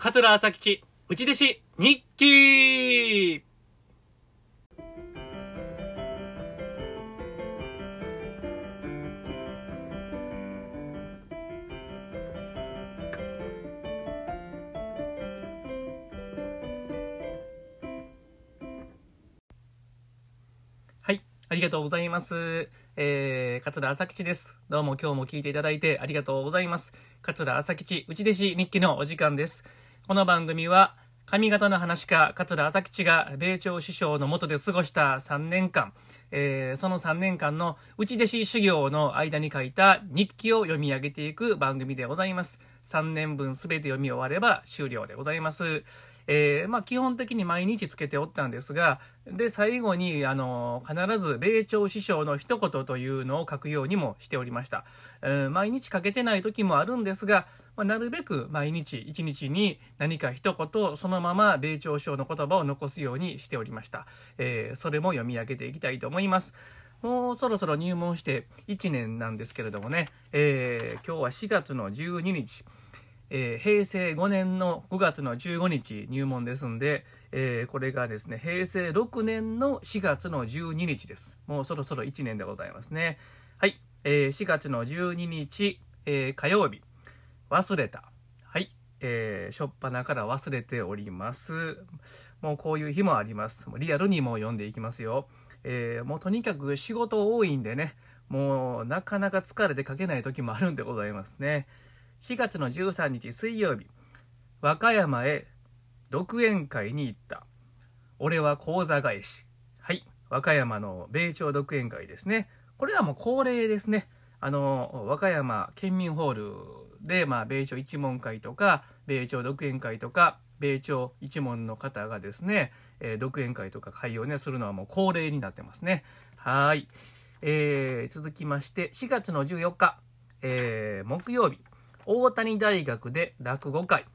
桂朝吉内弟子日記。はい、ありがとうございます。桂朝吉です。どうも今日も聞いていただいてありがとうございます。桂朝吉内弟子日記のお時間です。この番組は上方の話家桂朝吉が米朝師匠の下で過ごした3年間、その3年間の内弟子修行の間に書いた日記を読み上げていく番組でございます。3年分すべて読み終われば終了でございます。基本的に毎日つけておったんですが、で最後に必ず米朝師匠の一言というのを書くようにもしておりました。毎日書けてない時もあるんですが、なるべく毎日一日に何か一言そのまま米朝師匠の言葉を残すようにしておりました。それも読み上げていきたいと思います。もうそろそろ入門して1年なんですけれどもね、今日は4月の12日、平成5年の5月の15日入門ですんで、これがですね平成6年の4月の12日です。もうそろそろ1年でございますね。はい、4月の12日、火曜日、忘れた。はい、初っ端から忘れております。もうこういう日もあります。もうリアルにも読んでいきますよ。もうとにかく仕事多いんでね、もうなかなか疲れて書けない時もあるんでございますね。4月の13日水曜日、和歌山へ独演会に行った。俺は講座返し。はい、和歌山の米朝独演会ですね。これはもう恒例ですね。和歌山県民ホールで、米朝一門会とか米朝独演会とか米朝一門の方がですね、独演会とか会をねするのはもう恒例になってますね。はい、続きまして4月の14日、木曜日、大谷大学で落語会。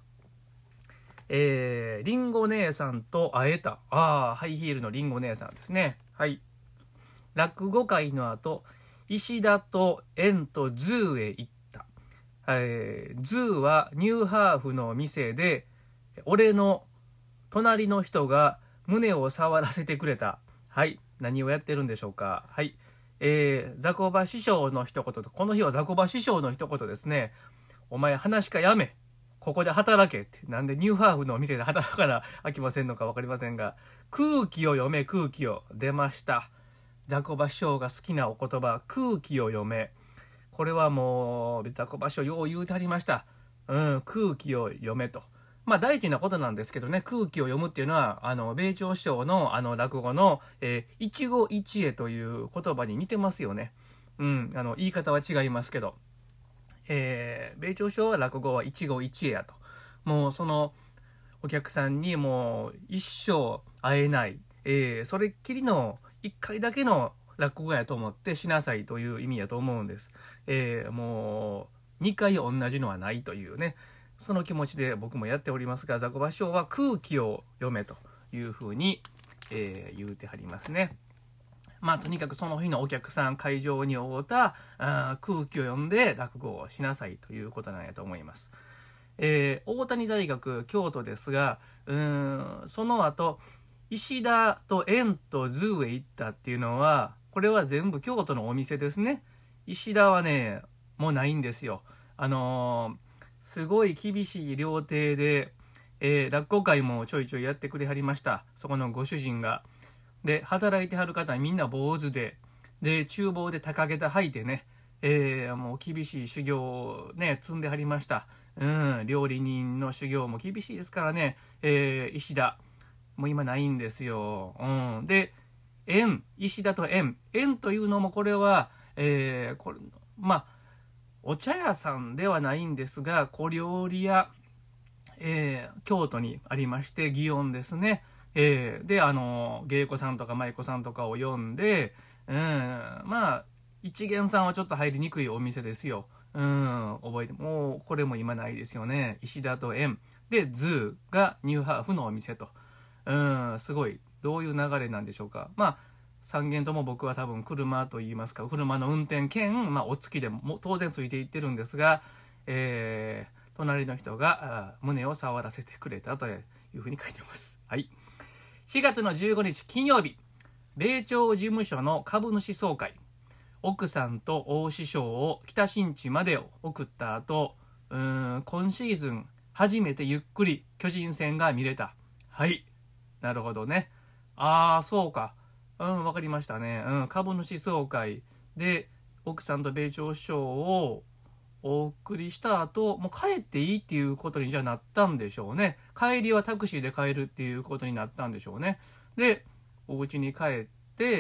りんご姉さんと会えた。ハイヒールのりんご姉さんですね。はい。落語会の後、石田と円とズーへ行った。ズーはニューハーフの店で、俺の隣の人が胸を触らせてくれた。はい。何をやってるんでしょうか。はい。ザコバ師匠の一言と、この日はザコバ師匠の一言ですね。お前話かやめ、ここで働けって。なんでニューハーフのお店で働かなあきませんのか分かりませんが、空気を読め、空気を。出ました。ザコバ師匠が好きなお言葉、空気を読め。これはもうザコバ師匠よう言うてはりました。空気を読めと。大事なことなんですけどね、空気を読むっていうのは米朝師匠の落語の、一期一会という言葉に似てますよね。言い方は違いますけど、米朝師匠は落語は一期一会やと。もうそのお客さんにもう一生会えない、それっきりの一回だけの落語やと思ってしなさいという意味やと思うんです。もう2回同じのはないというね、その気持ちで僕もやっておりますが、ザコバ師匠は空気を読めというふうに、言うてはりますね。とにかくその日のお客さん、会場に応った空気を読んで落語をしなさいということなんやと思います。大谷大学京都ですが、その後石田と円とズーへ行ったっていうのは、これは全部京都のお店ですね。石田はねもうないんですよ。すごい厳しい料亭で、落語会もちょいちょいやってくれはりました。そこのご主人が。で働いてはる方みんな坊主で、厨房で高げた履いてね、もう厳しい修行をね積んではりました。料理人の修行も厳しいですからね。石田もう今ないんですよ。で石田と円というのも、これは、これお茶屋さんではないんですが、小料理屋、京都にありまして、祇園ですね。で芸妓さんとか舞妓さんとかを呼んで、一元さんはちょっと入りにくいお店ですよ。覚えて、もうこれも今ないですよね。石田と円でズーがニューハーフのお店と。すごいどういう流れなんでしょうか。3軒とも僕は多分車といいますか、車の運転兼、お付きでも当然ついていってるんですが、 隣の人が胸を触らせてくれたというふうに書いてます。はい。4月の15日金曜日、米朝事務所の株主総会。奥さんと大師匠を北新地まで送った後、今シーズン初めてゆっくり巨人戦が見れた。はい。なるほどね。そうか。わかりましたね。株主総会で奥さんと米朝首相をお送りした後、もう帰っていいっていうことにじゃあなったんでしょうね。帰りはタクシーで帰るっていうことになったんでしょうね。で、お家に帰って、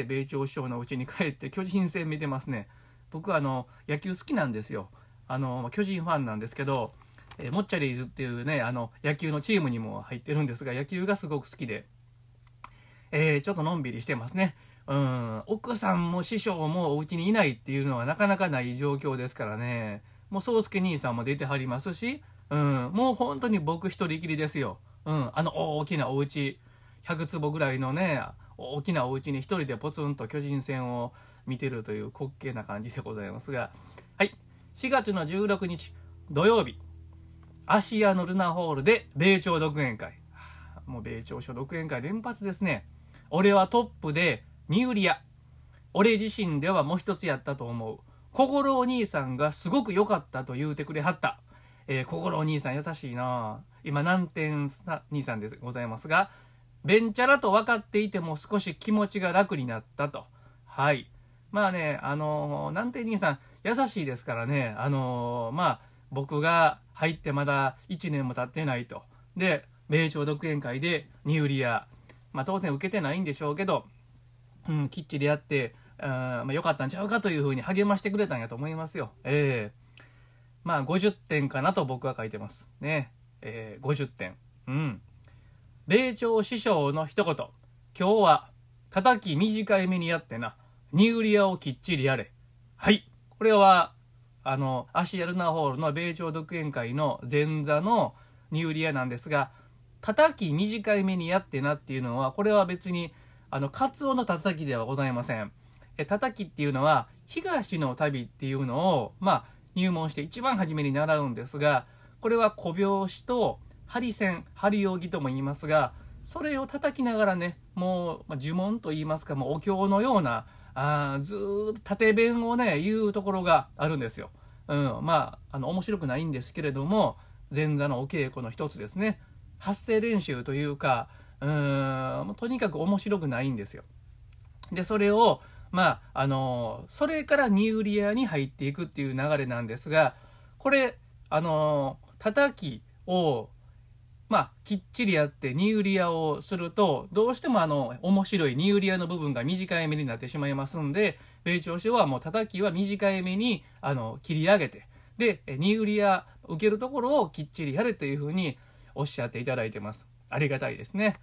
米朝首相の家に帰って巨人戦見てますね。僕は野球好きなんですよ。巨人ファンなんですけど、モッチャリーズっていうね、野球のチームにも入ってるんですが、野球がすごく好きで、ちょっとのんびりしてますね。奥さんも師匠もお家にいないっていうのはなかなかない状況ですからね。もう宗介兄さんも出てはりますし、もう本当に僕一人きりですよ。大きなお家、100坪ぐらいのね、大きなお家に一人でポツンと巨人戦を見てるという滑稽な感じでございますが、はい。4月の16日土曜日、芦屋のルナホールで米朝独演会。もう米朝初独演会連発ですね。俺はトップでニウリア。俺自身ではもう一つやったと思う。心お兄さんがすごく良かったと言うてくれはった。心お兄さん優しいな。今南天兄さんでございますが、ベンチャラと分かっていても少し気持ちが楽になったと。はい。まあね、南天兄さん優しいですからね、僕が入ってまだ1年も経ってないと。で、米朝独演会でニウリア、当然受けてないんでしょうけど、きっちりやって、良かったんちゃうかというふうに励ましてくれたんやと思いますよ。50点かなと僕は書いてますね。50点。米朝師匠の一言。今日は叩き短い目にやってな、ニウリアをきっちりやれ。はい。これは芦屋ルナホールの米朝独演会の前座のニウリアなんですが、叩き短い目にやってなっていうのは、これは別にカツオの叩きではございません。叩きっていうのは東の旅っていうのを入門して一番初めに習うんですが、これは小拍子と針線、針扇とも言いますが、それを叩きながらね、もう呪文と言いますか、もうお経のようなずーっと縦弁をね言うところがあるんですよ。面白くないんですけれども、前座のお稽古の一つですね。発声練習というか、とにかく面白くないんですよ。でそれをそれからニウリアに入っていくっていう流れなんですが、これ叩きをきっちりやってニウリアをすると、どうしても面白いニウリアの部分が短い目になってしまいますんで、米朝首はもう叩きは短い目に切り上げて、でニウリア受けるところをきっちりやれというふうにおっしゃっていただいてます。ありがたいですね。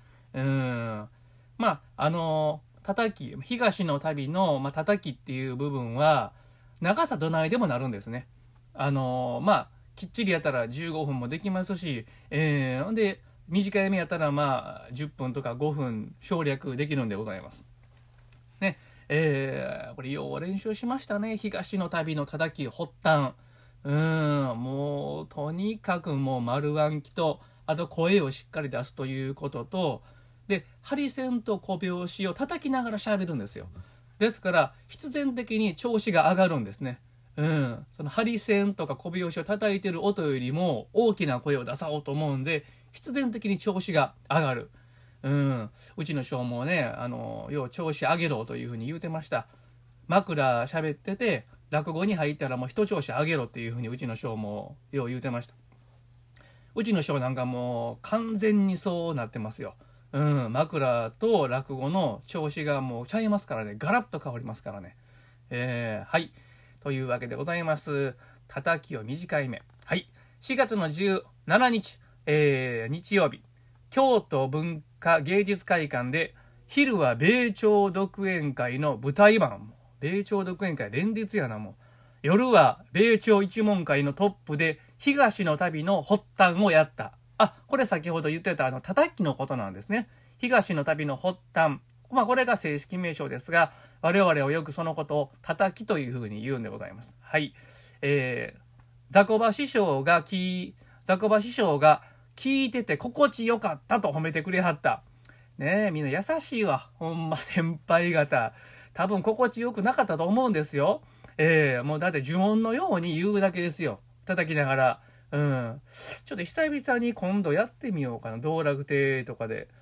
叩き、東の旅の叩きっていう部分は長さどないでもなるんですね。きっちりやったら15分もできますし、で短い目やったら10分とか5分省略できるんでございますね。これよう練習しましたね。東の旅の叩き発端、もうとにかくもう丸暗記と、あと声をしっかり出すということと、で針線と小拍子を叩きながら喋るんですよ。ですから必然的に調子が上がるんですね。その針線とか小拍子を叩いてる音よりも大きな声を出そうと思うんで、必然的に調子が上がる。うちの師匠もね、よう調子上げろというふうに言うてました。枕喋ってて落語に入ったらもう一調子上げろっていうふうにうちの師匠もよう言うてました。うちの師匠なんかもう完全にそうなってますよ。枕と落語の調子がもうちゃいますからね。ガラッと変わりますからね。はい。というわけでございます。叩きを短い目。はい。4月の17日、日曜日、京都文化芸術会館で、昼は米朝独演会の舞台版。米朝独演会連日やな、もう。夜は米朝一門会のトップで、東の旅の発端をやった。これ先ほど言ってた叩きのことなんですね。東の旅の発端。これが正式名称ですが、我々はよくそのことを叩きというふうに言うんでございます。はい。ザコバ師匠がザコバ師匠が聞いてて心地よかったと褒めてくれはった。ねえ、みんな優しいわ。ほんま先輩方。多分心地よくなかったと思うんですよ。もうだって呪文のように言うだけですよ。叩きながら。ちょっと久々に今度やってみようかな。道楽亭とかで。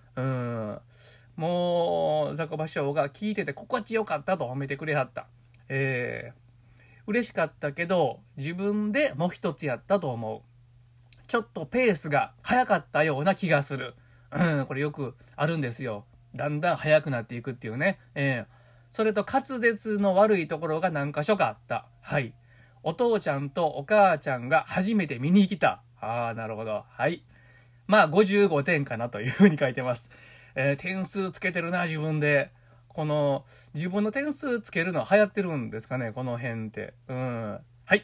もう、ザコバ師匠が聞いてて心地よかったと褒めてくれはった。嬉しかったけど、自分でもう一つやったと思う。ちょっとペースが速かったような気がする。これよくあるんですよ。だんだん速くなっていくっていうね。それと滑舌の悪いところが何箇所かあった。はい。お父ちゃんとお母ちゃんが初めて見に来た。なるほど。はい。まあ、55点かなというふうに書いてます。点数つけてるな、自分で。この、自分の点数つけるの流行ってるんですかね、この辺って。はい。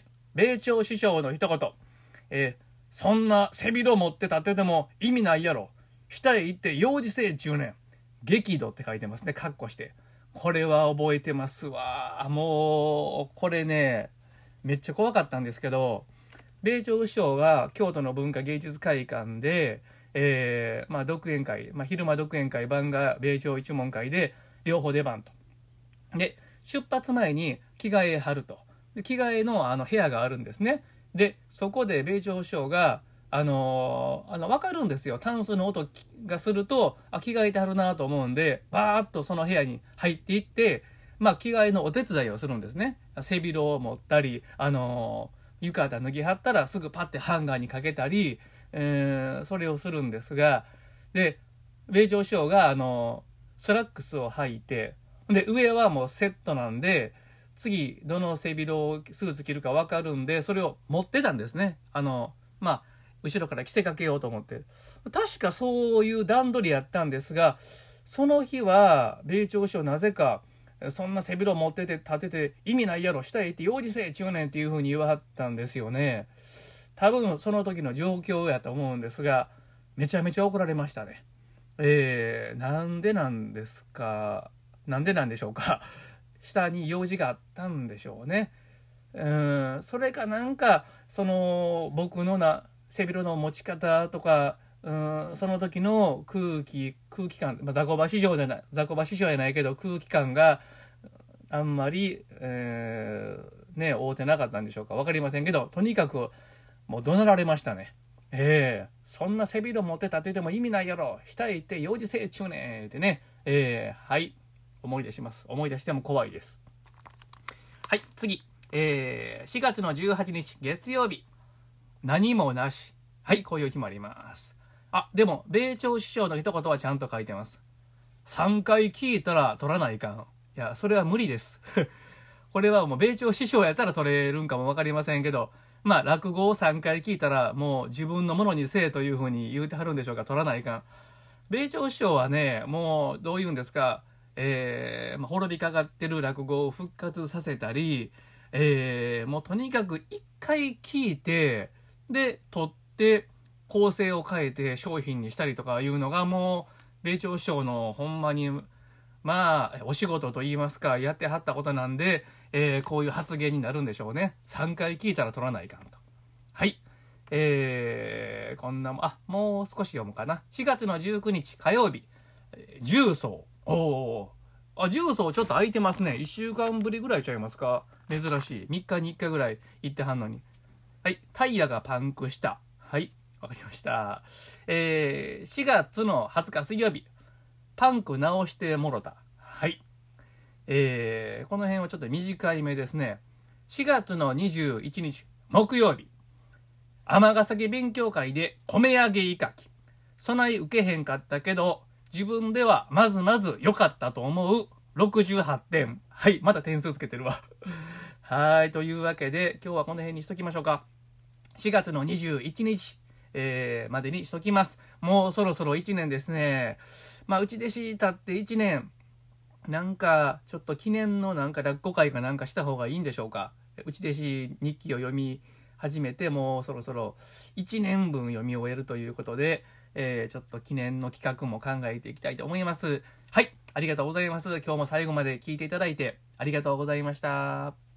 米朝師匠の一言。そんな背広持って立ってても意味ないやろ。下へ行って用事せえ10年。激怒って書いてますね、カッコして。これは覚えてますわ。もう、これね、めっちゃ怖かったんですけど、米朝師匠が京都の文化芸術会館で、独演会、昼間独演会、晩が米朝一門会で、両方出番と。で、出発前に着替えはると。で着替えの部屋があるんですね。で、そこで米朝師匠が、わかるんですよ。タンスの音がすると、着替えてはるなと思うんで、バーッとその部屋に入っていって、着替えのお手伝いをするんですね。背広を持ったり、浴衣脱ぎはったらすぐパッてハンガーにかけたり、それをするんですが、で、米朝師匠が、スラックスを履いて、で、上はもうセットなんで、次、どの背広スーツ着るか分かるんで、それを持ってたんですね。後ろから着せかけようと思って。確かそういう段取りやったんですが、その日は、米朝師匠なぜか、そんな背広持ってて立てて意味ないやろ、下へ行って用事せえ中年っていう風に言わはったんですよね。多分その時の状況やと思うんですが、めちゃめちゃ怒られましたね。なんでなんですか。なんでなんでしょうか。下に用事があったんでしょうね。それかなんか、僕の背広の持ち方とか、その時の空気感、ザコバ師匠じゃないけど空気感があんまり、合うてなかったんでしょうか。わかりませんけど、とにかくもう怒鳴られましたね。そんな背広持って立てても意味ないやろ。下へ行って用事せえちゅうねんってね。はい。思い出します。思い出しても怖いです。はい、次。4月の18日月曜日。何もなし。はい、こういう日もあります。でも、米朝師匠の一言はちゃんと書いてます。3回聞いたら取らないかん。いや、それは無理です。これはもう米朝師匠やったら取れるんかもわかりませんけど、落語を3回聞いたらもう自分のものにせえというふうに言うてはるんでしょうか、取らないかん。米朝師匠はね、もうどう言うんですか、滅びかかってる落語を復活させたり、もうとにかく1回聞いて、で、取って構成を変えて商品にしたりとかいうのがもう米朝師匠のほんまにお仕事と言いますかやってはったことなんで、こういう発言になるんでしょうね。3回聞いたら取らないかんと。はい。こんなもう少し読むかな。4月の19日火曜日、重曹。重曹ちょっと空いてますね。1週間ぶりぐらいちゃいますか。珍しい。3日に1回ぐらい行ってはんのに。はい。タイヤがパンクした。はい。わかりました。4月の20日水曜日。パンク直してもろた。はい。この辺はちょっと短い目ですね。4月の21日木曜日。尼崎勉強会で米揚げいかき。そない受けへんかったけど、自分ではまず良かったと思う68点。はい。また点数つけてるわ。はい。というわけで、今日はこの辺にしときましょうか。4月の21日、までにしときます。もうそろそろ1年ですね。内弟子立って1年。なんか、ちょっと記念の落語会かなんかした方がいいんでしょうか。内弟子日記を読み始めて、もうそろそろ1年分読み終えるということで、ちょっと記念の企画も考えていきたいと思います。はい。ありがとうございます。今日も最後まで聞いていただいてありがとうございました。